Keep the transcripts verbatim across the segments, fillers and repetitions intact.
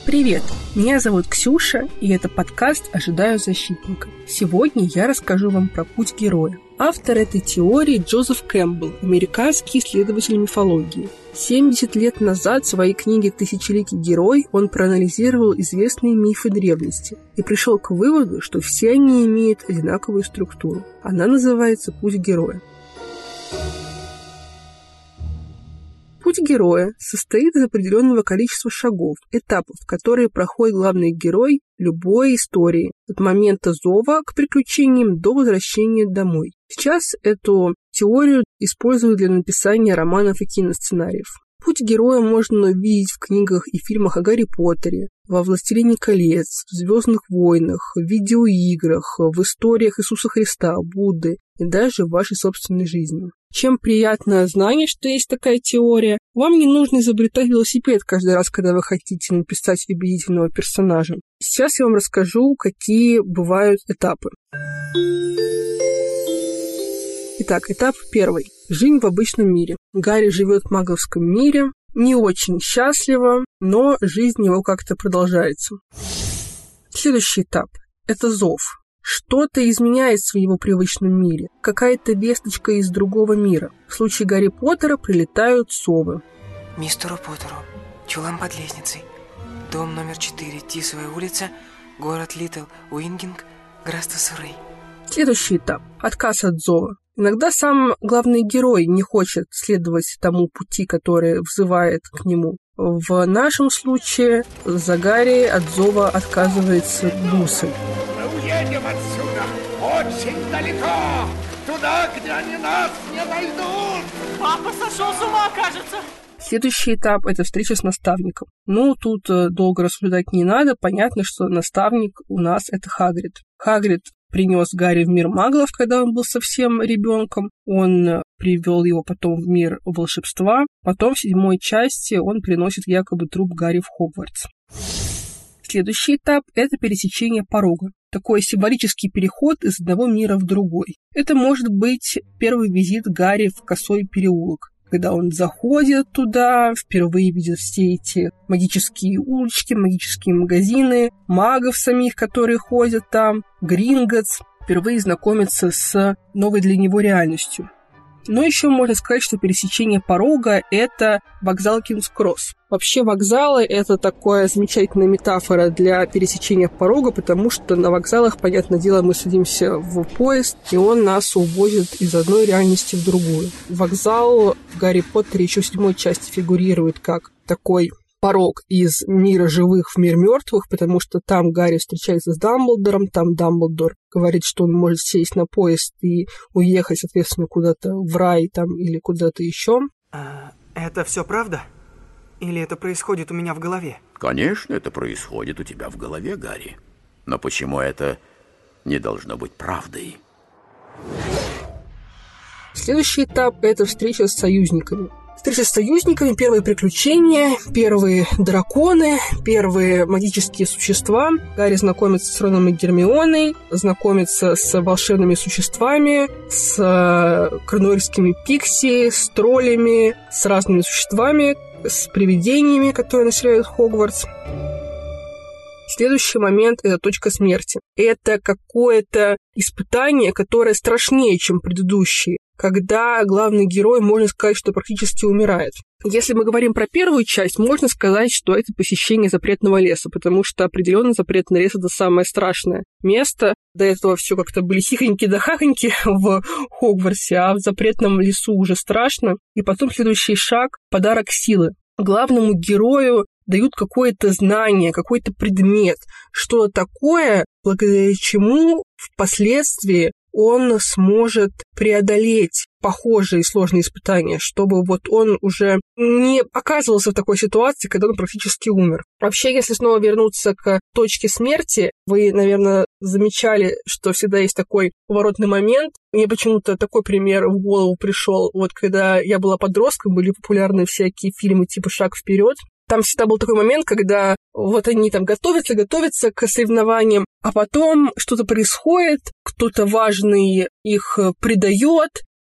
Привет! Меня зовут Ксюша, и это подкаст «Ожидаю защитника». Сегодня я расскажу вам про путь героя. Автор этой теории Джозеф Кэмпбелл, американский исследователь мифологии. семьдесят лет назад в своей книге «Тысячеликий герой» он проанализировал известные мифы древности и пришел к выводу, что все они имеют одинаковую структуру. Она называется «Путь героя». Путь героя состоит из определенного количества шагов, этапов, которые проходит главный герой любой истории, от момента зова к приключениям до возвращения домой. Сейчас эту теорию используют для написания романов и киносценариев. Путь героя можно увидеть в книгах и фильмах о Гарри Поттере, во «Властелине колец», в «Звездных войнах», в видеоиграх, в историях Иисуса Христа, Будды и даже в вашей собственной жизни. Чем приятно знание, что есть такая теория, вам не нужно изобретать велосипед каждый раз, когда вы хотите написать убедительного персонажа. Сейчас я вам расскажу, какие бывают этапы. Итак, этап первый. Жизнь в обычном мире. Гарри живет в магловском мире, не очень счастливо, но жизнь его как-то продолжается. Следующий этап – это зов. Что-то изменяется в его привычном мире, какая-то весточка из другого мира. В случае Гарри Поттера прилетают совы. Мистеру Поттеру, чулан под лестницей, дом номер четыре, Тисовая улица, город Литл Уингинг, графство Суррей. Следующий этап – отказ от зова. Иногда сам главный герой не хочет следовать тому пути, который взывает к нему. В нашем случае за Гарри от зова отказывается Дурсль. Мы уедем отсюда очень далеко, туда, где они нас не найдут. Папа сошел с ума, кажется. Следующий этап – это встреча с наставником. Ну, тут долго рассуждать не надо. Понятно, что наставник у нас – это Хагрид. Хагрид принес Гарри в мир маглов, когда он был совсем ребенком. Он привел его потом в мир волшебства. Потом в седьмой части он приносит якобы труп Гарри в Хогвартс. Следующий этап – это пересечение порога. Такой символический переход из одного мира в другой. Это может быть первый визит Гарри в Косой переулок, когда он заходит туда, впервые видит все эти магические улочки, магические магазины, магов самих, которые ходят там, Гринготts, впервые знакомится с новой для него реальностью. Но еще можно сказать, что пересечение порога – это вокзал Кингс-Кросс. Вообще вокзалы – это такая замечательная метафора для пересечения порога, потому что на вокзалах, понятное дело, мы садимся в поезд, и он нас увозит из одной реальности в другую. Вокзал в Гарри Поттере еще в седьмой части фигурирует как такой порог из мира живых в мир мертвых, потому что там Гарри встречается с Дамблдором, там Дамблдор говорит, что он может сесть на поезд и уехать, соответственно, куда-то в рай там или куда-то еще. А, это все правда? Или это происходит у меня в голове? Конечно, это происходит у тебя в голове, Гарри. Но почему это не должно быть правдой? Следующий этап – это встреча с союзниками. Встреча с союзниками, первые приключения, первые драконы, первые магические существа. Гарри знакомится с Роном и Гермионой, знакомится с волшебными существами, с корнуэльскими пикси, с троллями, с разными существами, с привидениями, которые населяют Хогвартс. Следующий момент – это точка смерти. Это какое-то испытание, которое страшнее, чем предыдущие, когда главный герой, можно сказать, что практически умирает. Если мы говорим про первую часть, можно сказать, что это посещение запретного леса, потому что определенно запретный лес – это самое страшное место. До этого все как-то были хихоньки да хахоньки в Хогвартсе, а в запретном лесу уже страшно. И потом следующий шаг – подарок силы. Главному герою дают какое-то знание, какой-то предмет, что такое, благодаря чему впоследствии он сможет преодолеть похожие сложные испытания, чтобы вот он уже не оказывался в такой ситуации, когда он практически умер. Вообще, если снова вернуться к точке смерти, вы, наверное, замечали, что всегда есть такой поворотный момент. Мне почему-то такой пример в голову пришел. Вот когда я была подростком, были популярны всякие фильмы типа «Шаг вперед». Там всегда был такой момент, когда вот они там готовятся, готовятся к соревнованиям, а потом что-то происходит, кто-то важный их предает,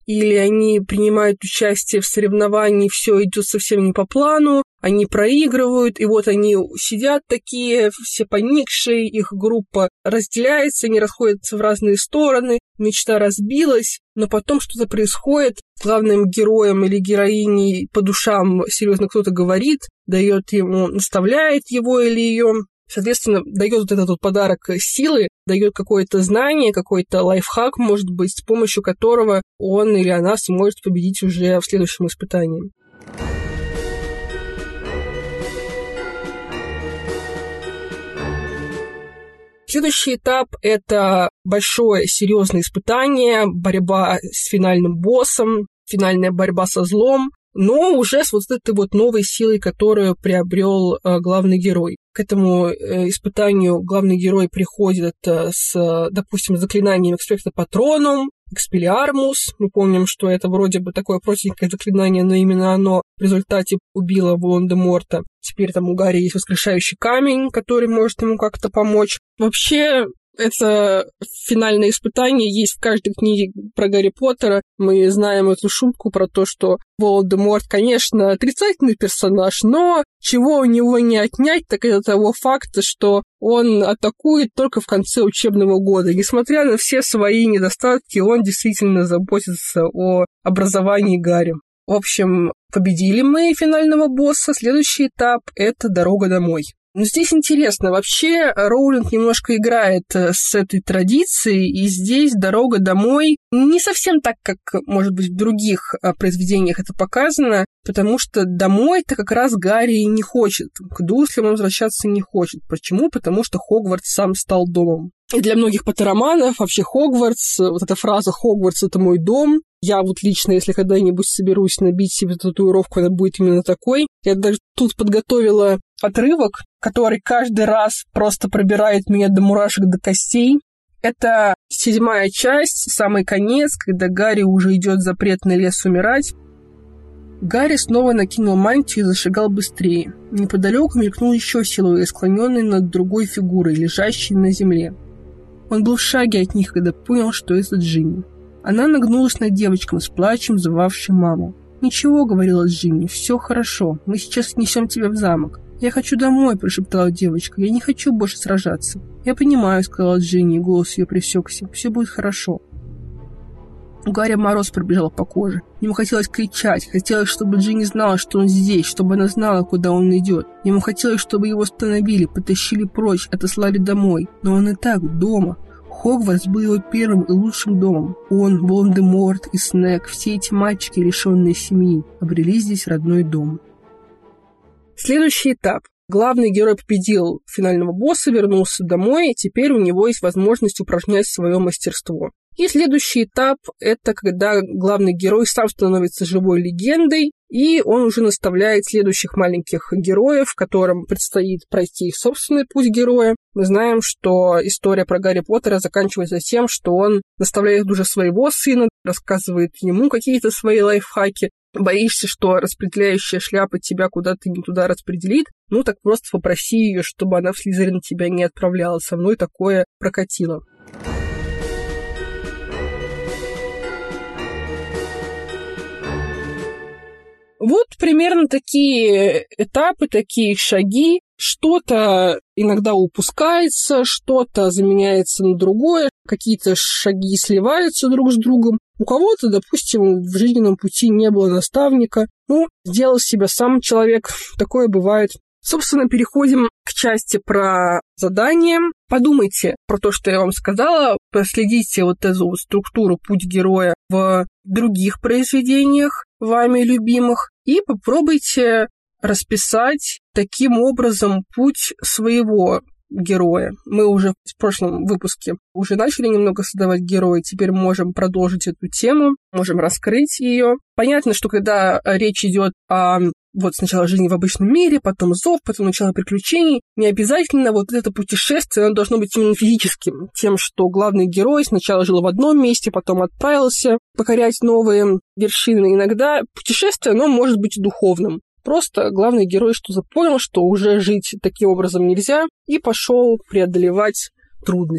или они принимают участие в соревновании, все идет совсем не по плану, они проигрывают, и вот они сидят такие, все поникшие, их группа разделяется, они расходятся в разные стороны, мечта разбилась, но потом что-то происходит, главным героем или героиней по душам серьезно кто-то говорит, дает ему, наставляет его или ее, соответственно, дает вот этот вот подарок силы, дает какое-то знание, какой-то лайфхак, может быть, с помощью которого он или она сможет победить уже в следующем испытании. Следующий этап – это большое серьезное испытание, борьба с финальным боссом, финальная борьба со злом, но уже с вот этой вот новой силой, которую приобрел э, главный герой. К этому э, испытанию главный герой приходит э, с, допустим, заклинанием Expecto Patronum, Expelliarmus. Мы помним, что это вроде бы такое простенькое заклинание, но именно оно в результате убило Волан-де-Морта. Теперь там у Гарри есть воскрешающий камень, который может ему как-то помочь. Вообще, это финальное испытание есть в каждой книге про Гарри Поттера. Мы знаем эту шутку про то, что Волан-де-Морт, конечно, отрицательный персонаж, но чего у него не отнять, так это того факта, что он атакует только в конце учебного года. Несмотря на все свои недостатки, он действительно заботится о образовании Гарри. В общем, победили мы финального босса. Следующий этап – это дорога домой. Но здесь интересно, вообще Роулинг немножко играет с этой традицией, и здесь дорога домой не совсем так, как, может быть, в других произведениях это показано, потому что домой-то как раз Гарри и не хочет, к Дурслям он возвращаться не хочет. Почему? Потому что Хогвартс сам стал домом. И для многих поттероманов вообще Хогвартс, вот эта фраза «Хогвартс — это мой дом», я вот лично, если когда-нибудь соберусь набить себе татуировку, она будет именно такой. Я даже тут подготовила отрывок, который каждый раз просто пробирает меня до мурашек, до костей. Это седьмая часть, самый конец, когда Гарри уже идет в запретный лес умирать. Гарри снова накинул мантию и зашагал быстрее. Неподалеку мелькнул еще силуэт, склоненный над другой фигурой, лежащей на земле. Он был в шаге от них, когда понял, что это Джинни. Она нагнулась над девочкой с плачем, звавшей маму. «Ничего», — говорила Джинни, — «все хорошо. Мы сейчас несем тебя в замок». «Я хочу домой», — прошептала девочка. «Я не хочу больше сражаться». «Я понимаю», — сказала Джинни, и голос ее пресекся. «Все будет хорошо». У Гарри мороз пробежал по коже. Ему хотелось кричать, хотелось, чтобы Джинни знала, что он здесь, чтобы она знала, куда он идет. Ему хотелось, чтобы его остановили, потащили прочь, отослали домой. Но он и так дома. Хогвартс был его первым и лучшим домом. Он, Волан-де-Морт и Снег, все эти мальчики, лишенные семьи, обрели здесь родной дом. Следующий этап. Главный герой победил финального босса, вернулся домой, и теперь у него есть возможность упражнять свое мастерство. И следующий этап – это когда главный герой сам становится живой легендой, и он уже наставляет следующих маленьких героев, которым предстоит пройти их собственный путь героя. Мы знаем, что история про Гарри Поттера заканчивается тем, что он наставляет уже своего сына, рассказывает ему какие-то свои лайфхаки. Боишься, что распределяющая шляпа тебя куда-то не туда распределит? Ну так просто попроси ее, чтобы она в Слизерин тебя не отправляла. Со мной такое прокатило. Вот примерно такие этапы, такие шаги. Что-то иногда упускается, что-то заменяется на другое, какие-то шаги сливаются друг с другом. У кого-то, допустим, в жизненном пути не было наставника. Ну, сделал себя сам человек. Такое бывает. Собственно, переходим к части про задания. Подумайте про то, что я вам сказала, проследите вот эту вот структуру «Путь героя» в других произведениях, вами любимых, и попробуйте расписать таким образом путь своего героя. Мы уже в прошлом выпуске уже начали немного создавать героя, теперь можем продолжить эту тему, можем раскрыть ее. Понятно, что когда речь идет о вот сначала жизни в обычном мире, потом зов, потом начало приключений, не обязательно вот это путешествие, оно должно быть именно физическим, тем, что главный герой сначала жил в одном месте, потом отправился покорять новые вершины. Иногда путешествие, оно может быть духовным. Просто главный герой что-то понял, что уже жить таким образом нельзя, и пошел преодолевать трудности.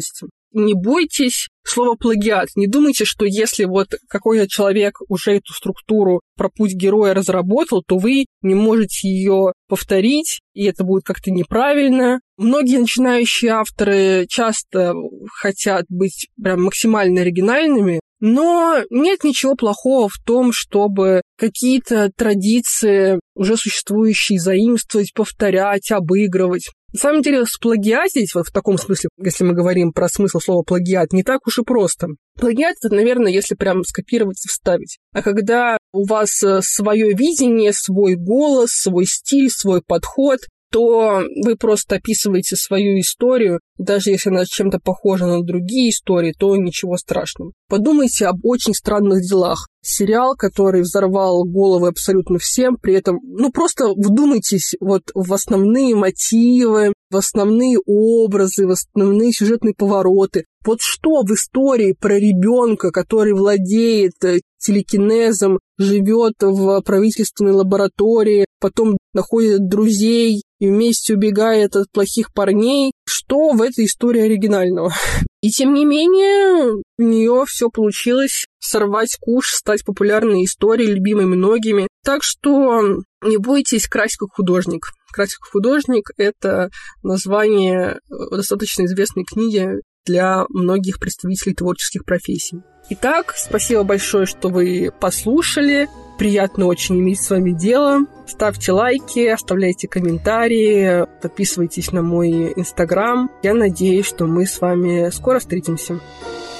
не бойтесь слова плагиат. Не думайте, что если вот какой-то человек уже эту структуру про путь героя разработал, то вы не можете ее повторить, и это будет как-то неправильно. Многие начинающие авторы часто хотят быть прям максимально оригинальными, но нет ничего плохого в том, чтобы какие-то традиции, уже существующие, заимствовать, повторять, обыгрывать. На самом деле, сплагиатить, вот в таком смысле, если мы говорим про смысл слова плагиат, не так уж и просто. Плагиат — это, наверное, если прям скопировать и вставить. А когда у вас свое видение, свой голос, свой стиль, свой подход, то вы просто описываете свою историю, даже если она чем-то похожа на другие истории, то ничего страшного. Подумайте об «Очень странных делах». Сериал, который взорвал головы абсолютно всем, при этом, ну, просто вдумайтесь вот в основные мотивы, в основные образы, в основные сюжетные повороты. Вот что в истории про ребенка, который владеет телекинезом, живет в правительственной лаборатории, потом находит друзей и вместе убегает от плохих парней, что в этой истории оригинального? И тем не менее, у нее все получилось сорвать куш, стать популярной историей, любимой многими. Так что не бойтесь красть как художник. «Красть как художник» — это название достаточно известной книги для многих представителей творческих профессий. Итак, спасибо большое, что вы послушали. Приятно очень иметь с вами дело. Ставьте лайки, оставляйте комментарии, подписывайтесь на мой инстаграм. Я надеюсь, что мы с вами скоро встретимся.